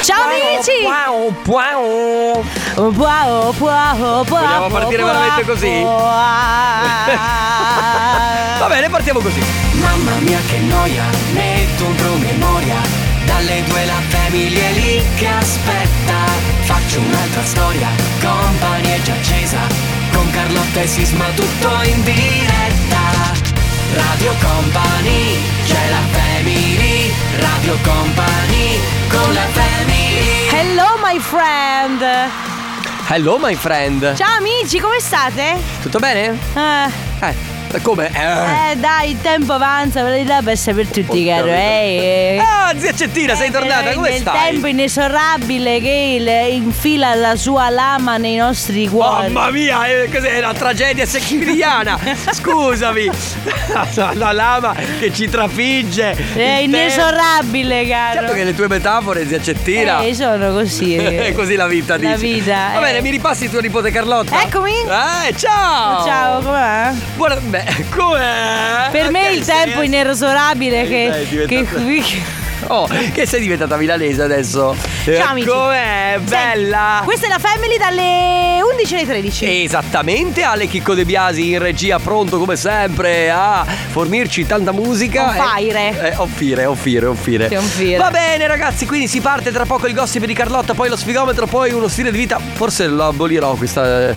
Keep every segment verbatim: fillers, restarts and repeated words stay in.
Ciao amici! Wow, wow. Wow, wow, wow, Vogliamo partire wow, veramente così? wow. Va bene, partiamo così. Mamma mia che noia, metto un promemoria. Dalle due la famiglia è lì che aspetta. Faccio un'altra storia, Company è già accesa. Con Carlotta e Sisma tutto in diretta. Radio Company, c'è la family. Radio Company, con la family. Hello my friend. Hello my friend. Ciao amici, come state? Tutto bene? Eh, Eh, come? Eh. eh dai, il tempo avanza, per la per per tutti, Oh, caro. Eh, eh. Ah, zia Cettina, sei Eh, tornata, però come nel stai? tempo inesorabile che il- infila la sua lama nei nostri cuori. Mamma mia, eh, cos'è una tragedia shakespeariana? Scusami. La, la lama che ci trafigge. È il inesorabile, caro. Certo che le tue metafore, zia Cettina. Eh, sono così. È così la vita, La dici. vita, Va eh. bene, mi ripassi tuo nipote Carlotta? Eccomi. Eh, ciao. Ciao, com'è? Buona, beh, com'è? Per me Ok, il sei- tempo inesorabile che, Sei che diventata- Oh, che sei diventata milanese adesso? Ciao, amici. Com'è? Bella. Senti, questa è la Family dalle undici alle tredici. Esattamente, Ale Chicco De Biasi in regia, pronto come sempre a fornirci tanta musica. On fire. Eh, offire, offire, offire. Sì, on fire. Va bene ragazzi, quindi si parte tra poco il gossip di Carlotta, poi lo sfigometro, poi uno stile di vita. Forse lo abolirò questa.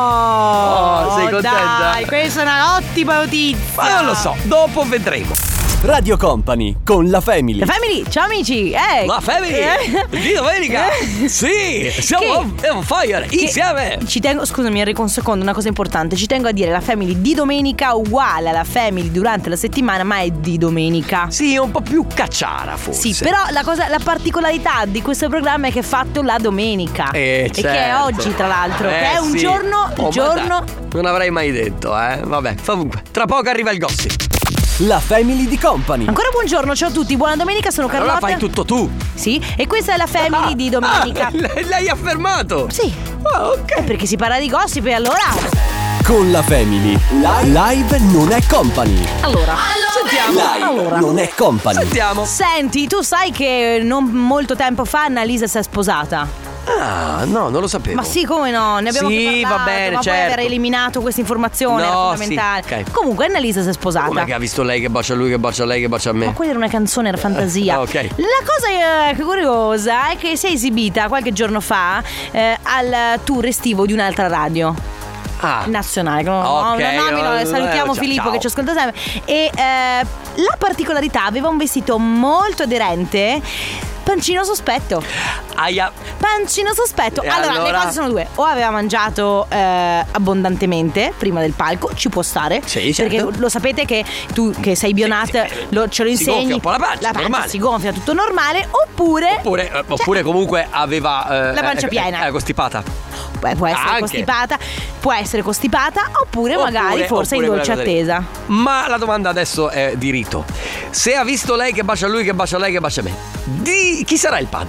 Oh, Oh, sei contenta? dai, questa è una ottima notizia. Ma non lo so, dopo vedremo. Radio Company con la Family. La Family, ciao amici. Eh, La family eh. di domenica. Sì, siamo on on fire Che- insieme. Ci tengo, scusami Enrico un secondo, una cosa importante. Ci tengo a dire la Family di domenica uguale alla Family durante la settimana, ma è di domenica. Sì, un po' più cacciara forse. Sì, però la cosa, la particolarità di questo programma è che è fatto la domenica. Eh, e che è certo. oggi, tra l'altro. Eh, che è un sì. giorno. Il Oh, ma giorno. dai, non avrei mai detto, eh. Vabbè, comunque, tra poco arriva il gossip. La Family di Company. Ancora buongiorno, ciao a tutti, buona domenica, sono Allora Carlotta. fai tutto tu. Sì, e questa è la Family di domenica. Ah, l- l'hai affermato. Sì. Ah, ok. Eh, perché si parla di gossip e allora. Con la Family. Live non è company. Allora. Sentiamo. Live Allora. non è company. Sentiamo. Senti, tu sai che non molto tempo fa Annalisa si è sposata? Ah, no, non lo sapevo. Ma sì, come no? Ne abbiamo Sì, anche parlato, va bene, ma poi certo. aver eliminato questa informazione era No, fondamentale. sì, ok. Comunque Annalisa si è sposata. Com'è che ha visto lei che bacia lui, che bacia lei, che bacia me? Ma quella era una canzone, era fantasia. Ah, ok. La cosa eh, curiosa è che si è esibita qualche giorno fa eh, al tour estivo di un'altra radio Ah. nazionale. No, Ok, no, nomino, eh, salutiamo ciao, Filippo ciao. che ci ascolta sempre. E eh, la particolarità, aveva un vestito molto aderente. Pancino sospetto. Aia. Pancino sospetto. E Allora, allora? le cose sono due. O aveva mangiato eh, abbondantemente prima del palco, ci può stare. Sì, certo. Perché lo sapete che tu che sei bionat Sì, sì. lo, ce lo Si insegni. gonfia un po' la pancia, normale. si gonfia, tutto normale. Oppure Oppure, eh, oppure comunque aveva eh, La pancia eh, piena. Eh, costipata. Beh, può essere Anche. costipata. Può essere costipata. Oppure, Oppure- magari forse in oppure dolce quella cosa lì. attesa. Ma la domanda adesso è di rito. Se ha visto lei che bacia lui, che bacia lei, che bacia me, di chi sarà il padre?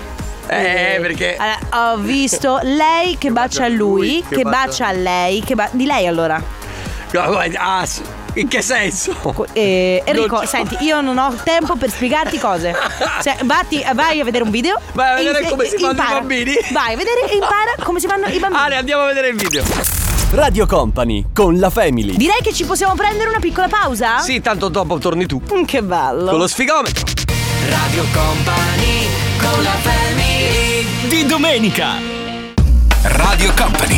Eh, perché Allora, ho visto lei che bacia a lui, che bacia a lei, che ba- di lei allora. Ah, sì. In che senso? Eh, Enrico, Non c'ho- senti, io non ho tempo per spiegarti cose. Se, vatti, vai a vedere un video. Vai a vedere e- come si fanno i impara. bambini. Vai a vedere e impara come si fanno i bambini. Ale, andiamo a vedere il video. Radio Company con la Family. Direi che ci possiamo prendere una piccola pausa? Sì, tanto dopo torni tu. Mm, Che bello. Con lo sfigometro. Radio Company, con la family. Di domenica. Radio Company.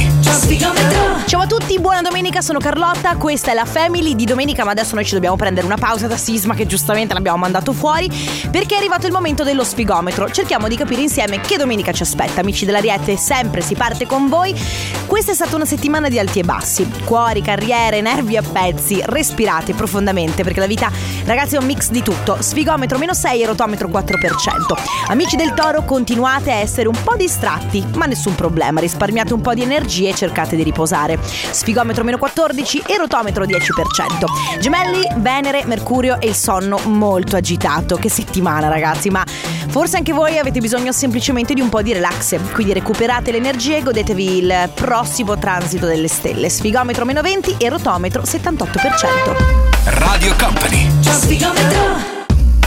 Ciao a tutti, buona domenica, sono Carlotta, questa è la Family di domenica, ma adesso noi ci dobbiamo prendere una pausa da Sisma che giustamente l'abbiamo mandato fuori perché è arrivato il momento dello sfigometro. Cerchiamo di capire insieme che domenica ci aspetta. Amici dell'Ariete, sempre si parte con voi. Questa è stata una settimana di alti e bassi, cuori, carriere, nervi a pezzi. Respirate profondamente perché la vita, ragazzi, è un mix di tutto. Sfigometro meno sei e rotometro quattro per cento. Amici del Toro, continuate a essere un po' distratti, ma nessun problema, risparmiate un po' di energie e cercate di riposare. Sfigometro meno quattordici e rotometro dieci per cento. Gemelli, Venere, Mercurio e il sonno molto agitato. Che settimana, ragazzi, ma forse anche voi avete bisogno semplicemente di un po' di relax, quindi recuperate le energie e godetevi il prossimo transito delle stelle. Sfigometro meno venti e rotometro settantotto per cento. Radio Company.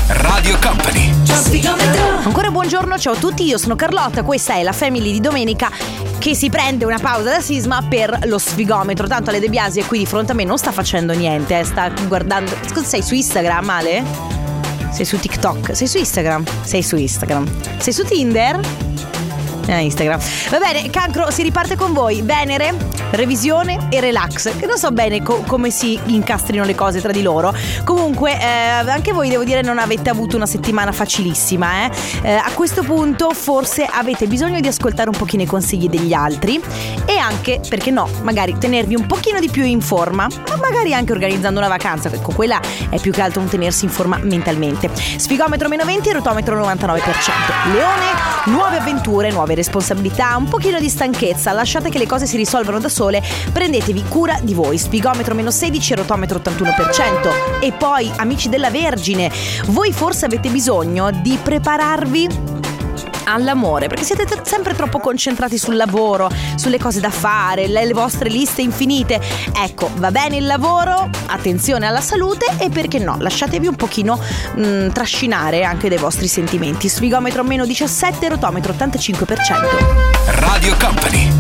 Radio Company. Ancora buongiorno, ciao a tutti, io sono Carlotta, questa è la Family di domenica che si prende una pausa da Sisma per lo sfigometro. Tanto Ale De Biasi è qui di fronte a me, non sta facendo niente, eh, sta guardando. Scusa, sei su Instagram, Ale? Sei su TikTok? Sei su Instagram? Sei su Instagram? Sei su Tinder? Eh, Instagram. Va bene, Cancro, si riparte con voi. Venere, revisione e relax. Che non so bene co- come si incastrino le cose tra di loro. Comunque, eh, anche voi devo dire non avete avuto una settimana facilissima, eh? eh A questo punto forse avete bisogno di ascoltare un pochino i consigli degli altri e anche, perché no, magari tenervi un pochino di più in forma, ma magari anche organizzando una vacanza. Ecco, quella è più che altro un tenersi in forma mentalmente. Sfigometro meno venti, rotometro novantanove per cento. Leone, nuove avventure, nuove responsabilità, un pochino di stanchezza, lasciate che le cose si risolvano da sole, prendetevi cura di voi. Spigometro meno sedici, rotometro ottantuno per cento. E poi, amici della Vergine, voi forse avete bisogno di prepararvi all'amore, perché siete t- sempre troppo concentrati sul lavoro, sulle cose da fare, le, le vostre liste infinite. Ecco, va bene il lavoro, attenzione alla salute e perché no, lasciatevi un pochino mh, trascinare anche dai vostri sentimenti. Sfigometro meno diciassette, rotometro ottantacinque per cento. Radio Company.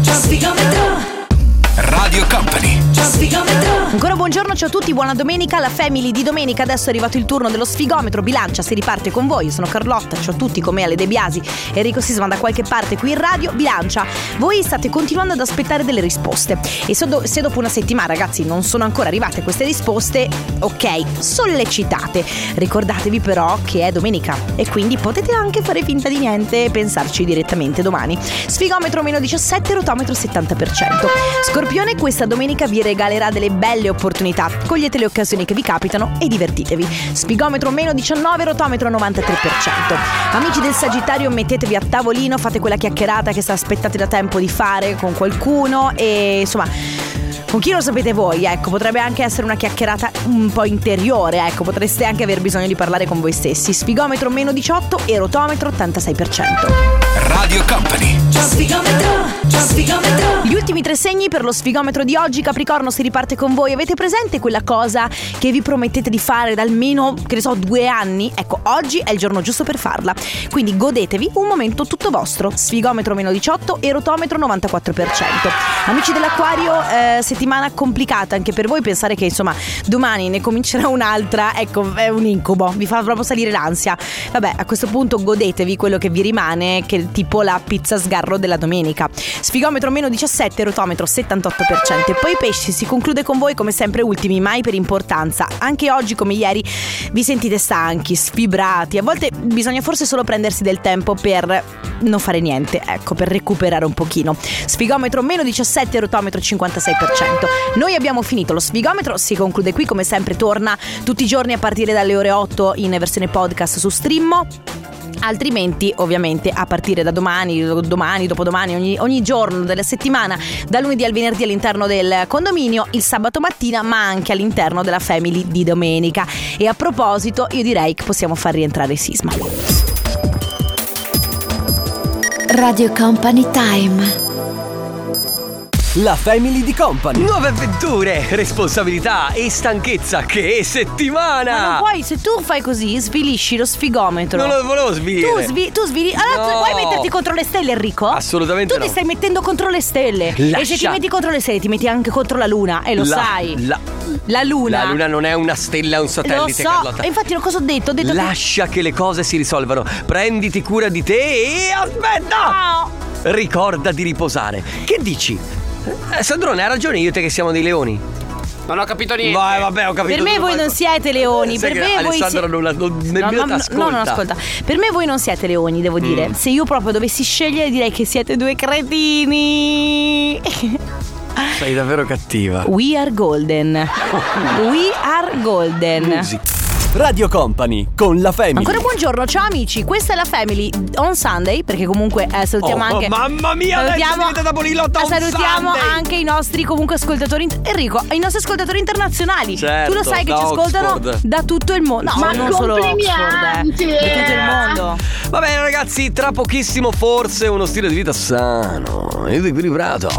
Radio Company. Ancora buongiorno, ciao a tutti, buona domenica, la Family di domenica. Adesso è arrivato il turno dello sfigometro, bilancia, si riparte con voi. Io sono Carlotta, ciao a tutti, come Ale De Biasi, Enrico Sisma da qualche parte qui in radio. Bilancia, voi state continuando ad aspettare delle risposte e se, do- se dopo una settimana, ragazzi, non sono ancora arrivate queste risposte, ok, sollecitate. Ricordatevi però che è domenica e quindi potete anche fare finta di niente e pensarci direttamente domani. Sfigometro meno diciassette, rotometro settanta per cento. Scorpione, questa domenica vi regalerà delle belle opportunità. Cogliete le occasioni che vi capitano e divertitevi. Spigometro meno diciannove, rotometro novantatré per cento. Amici del Sagittario, mettetevi a tavolino, fate quella chiacchierata che sta aspettate da tempo di fare con qualcuno e insomma con chi lo sapete voi, ecco, potrebbe anche essere una chiacchierata un po' interiore, ecco, potreste anche aver bisogno di parlare con voi stessi. Spigometro meno diciotto e rotometro ottantasei per cento. Radio Company. Gli ultimi tre segni per lo sfigometro di oggi. Capricorno, si riparte con voi. Avete presente quella cosa che vi promettete di fare da almeno, che ne so, due anni? Ecco, oggi è il giorno giusto per farla. Quindi godetevi un momento tutto vostro. Sfigometro meno diciotto e rotometro novantaquattro per cento. Amici dell'Acquario, eh, settimana complicata anche per voi. Pensare che insomma domani ne comincerà un'altra, ecco, è un incubo, vi fa proprio salire l'ansia. Vabbè, a questo punto godetevi quello che vi rimane, che è tipo la pizza sgarro della domenica. Sfigometro meno diciassette, rotometro settantotto per cento. E poi pesci, si conclude con voi come sempre ultimi, mai per importanza. Anche oggi come ieri vi sentite stanchi, sfibrati. A volte bisogna forse solo prendersi del tempo per non fare niente, ecco, per recuperare un pochino. Sfigometro meno diciassette, rotometro cinquantasei per cento. Noi abbiamo finito, lo sfigometro si conclude qui, come sempre torna tutti i giorni a partire dalle ore otto in versione podcast su Streammo. Altrimenti ovviamente a partire da domani, domani, dopodomani, ogni, ogni giorno della settimana, da lunedì al venerdì all'interno del condominio, il sabato mattina, ma anche all'interno della Family di domenica. E a proposito, io direi che possiamo far rientrare Sisma. Radio Company Time. La Family di Company. Nuove avventure, responsabilità e stanchezza. Che settimana! Ma non puoi, se tu fai così, svilisci lo sfigometro. Non lo volevo svilire. Tu, svi- tu svili. Allora, No. tu vuoi metterti contro le stelle, Enrico? Assolutamente Tu no. ti stai mettendo contro le stelle. Lascia. E se ti metti contro le stelle, ti metti anche contro la luna. E lo La- sai. La, La luna. la luna non è una stella, è un Lo satellite, so. Carlotta. E infatti, cosa ho detto? Ho detto Lascia che le cose si risolvano. Prenditi cura di te e aspetta! No. Ricorda di riposare. Che dici? Eh, Sandrone, ha ragione io e te che siamo dei leoni. Non ho capito niente. Vai, vabbè, ho capito. Per me tutto, voi ma- non siete leoni. Sai Per che me voi Alessandra siete... non, la- non No, nemmeno no, t'ascolta. no, non ascolta. Per me voi non siete leoni, devo dire. Mm. Se io proprio dovessi scegliere, direi che siete due cretini. Sei davvero cattiva. We are golden. We are golden. Musica. Radio Company con la Family. Ancora buongiorno, ciao amici, questa è la Family on Sunday, perché comunque eh, salutiamo Oh, anche mamma mia, adesso salutiamo, diventa da Polilotta on salutiamo Sunday. anche i nostri comunque ascoltatori in- Enrico, i nostri ascoltatori internazionali. Certo, tu lo sai che da ci ascoltano Oxford. da tutto il mondo. No, Ma non solo Oxford, eh, da tutto il mondo. Va bene ragazzi, tra pochissimo forse uno stile di vita sano ed equilibrato.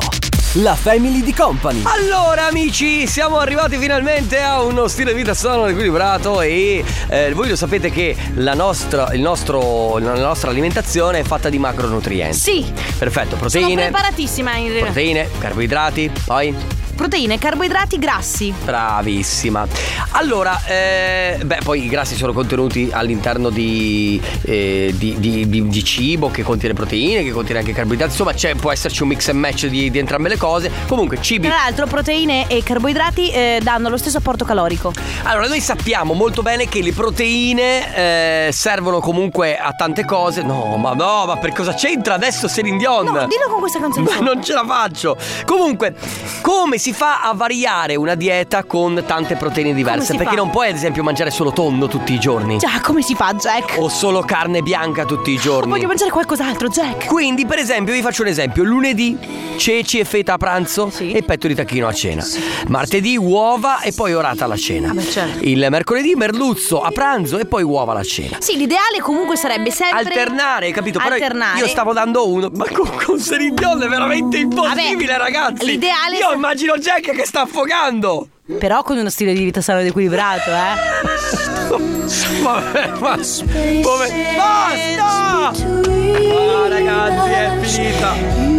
La Family di Company. Allora amici, siamo arrivati finalmente a uno stile di vita sano ed equilibrato e eh, voi lo sapete che la nostra, il nostro, la nostra alimentazione è fatta di macronutrienti. Sì. Perfetto, Sono proteine, preparatissima in realtà. proteine, carboidrati, poi... Proteine, carboidrati, grassi. Bravissima. Allora, eh, beh, poi i grassi sono contenuti all'interno di, eh, di, di, di, di cibo che contiene proteine, che contiene anche carboidrati. Insomma, c'è, può esserci un mix and match di, di entrambe le cose. Comunque, cibi. Tra l'altro, proteine e carboidrati eh, danno lo stesso apporto calorico. Allora, noi sappiamo molto bene che le proteine eh, servono comunque a tante cose. No, ma no, ma per cosa c'entra adesso Celine Dion? No, dillo con questa canzone. Ma non ce la faccio. Comunque, come si fa a variare una dieta con tante proteine diverse? Perché fa? non puoi ad esempio mangiare solo tonno tutti i giorni. Già, come si fa, Jack? O solo carne bianca tutti i giorni. Voglio mangiare qualcos'altro, Jack. Quindi per esempio vi faccio un esempio: lunedì ceci e feta a pranzo, sì, e petto di tacchino a cena, sì. Martedì uova e poi orata alla cena. Ah, beh, certo. Il mercoledì merluzzo a pranzo e poi uova alla cena. Sì, l'ideale comunque sarebbe sempre alternare, capito? Però alternare. io stavo dando uno. Ma con, con Celine Dion è veramente impossibile. Vabbè, ragazzi. L'ideale Io se... immagino Jack che sta affogando. Però con uno stile di vita sano ed equilibrato, eh. Vabbè, ma come? Basta! Ah, ragazzi, è finita.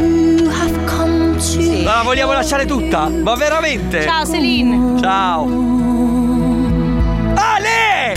Sì. Ma la vogliamo lasciare tutta? Ma veramente? Ciao Celine. Ciao. Ale!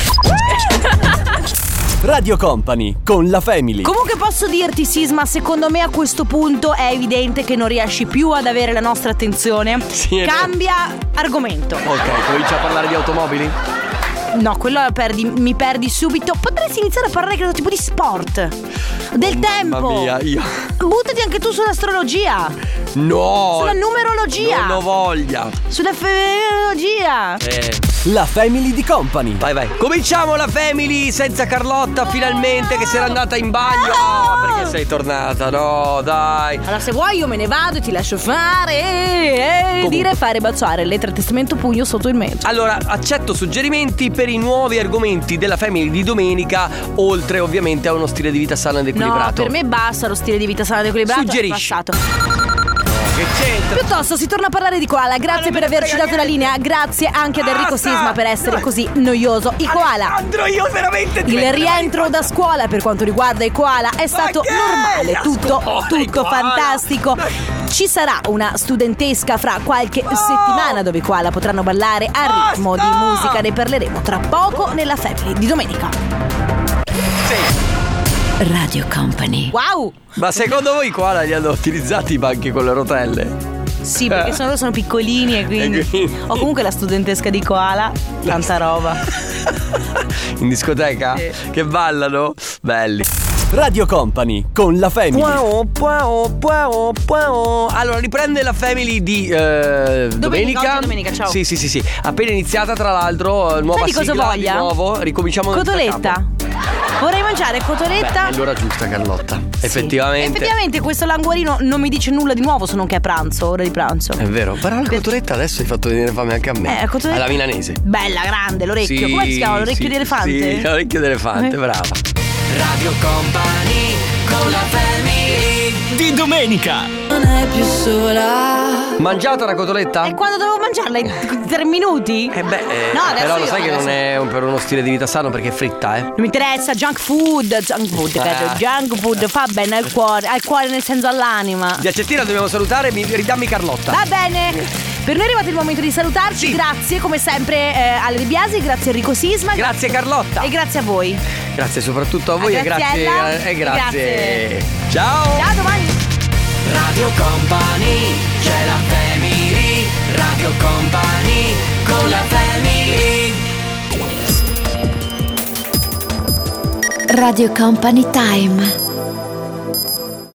Radio Company con la Family. Comunque posso dirti, Sisma, secondo me a questo punto è evidente che non riesci più ad avere la nostra attenzione. Sì, è Cambia vero. argomento. Ok, comincia a parlare di automobili? No, quello perdi, mi perdi subito. Potresti iniziare a parlare, credo, tipo di sport. Del tempo. Mamma mia, io. Buttati anche tu sull'astrologia. No. Sulla numerologia. Non ho voglia. Sulla feminologia. Eh. La Family di Company. Vai, vai. Cominciamo la Family senza Carlotta, finalmente, che si era andata in bagno. Ah, perché sei tornata? No, dai. Allora, se vuoi io me ne vado e ti lascio fare. E Comunque. dire fare baciare lettera testamento pugno sotto il mento. Allora, accetto suggerimenti per i nuovi argomenti della Family di domenica, oltre ovviamente a uno stile di vita sano ed equilibrato. No, per me basta lo stile di vita sano ed equilibrato. Suggerisci. È passato. Che c'entra? Piuttosto si torna a parlare di koala. Grazie per averci dato la linea. Grazie anche ad Enrico Basta! Sisma per essere così noioso. I koala. Andro, io veramente ti Il metto- rientro da scuola per quanto riguarda i koala è stato che? normale, tutto, Oh, i tutto koala. fantastico. Ci sarà una studentesca fra qualche settimana dove i koala potranno ballare a ritmo Basta! di musica. Ne parleremo tra poco nella Family di domenica. Sì. Radio Company. Wow! Ma secondo voi i koala li hanno utilizzati i banchi con le rotelle? Sì, perché sono, loro sono piccolini e quindi... E quindi- O comunque la studentesca di koala, tanta roba. In discoteca? Sì. Che ballano? Belli. Radio Company con la Family. Puao, puao, puao, puao. Allora riprende la Family di eh, domenica. oggi è domenica, ciao. Sì, sì, sì, sì. Appena iniziata, tra l'altro, nuova Sai di cosa sigla voglia? di nuovo. Ricominciamo da Cotoletta. capo. Vorrei mangiare cotoletta. Beh, è l'ora giusta, Carlotta. Sì. Effettivamente. Effettivamente questo languorino non mi dice nulla di nuovo se non che è pranzo, ora di pranzo. È vero, però la cotoletta adesso hai fatto venire fame anche a me. Eh, cotoletta- Alla milanese. Bella, grande, l'orecchio. Sì, Come si chiama? L'orecchio sì, di elefante? Sì, l'orecchio di elefante, Eh. brava. Radio Company con la Family Di domenica. Non è più sola. Mangiata la cotoletta? E quando dovevo mangiarla? In tre minuti? Eh beh, eh, No, adesso però lo io- sai che adesso- non è un- per uno stile di vita sano perché è fritta, eh? Non mi interessa, junk food, junk food, Ah. capito? Junk food fa bene al cuore, al cuore nel senso all'anima. Di Accettina dobbiamo salutare, mi ridammi Carlotta. Va bene. Per noi è arrivato il momento di salutarci. Sì. Grazie come sempre eh, Ale De Biasi, grazie Enrico Sisma. Grazie Carlotta. E grazie a voi. Grazie soprattutto a voi A e grazie Graziella. e grazie. Grazie. Ciao. Ciao, domani. Radio Company, c'è la Family. Radio Company con la Family. Radio Company Time.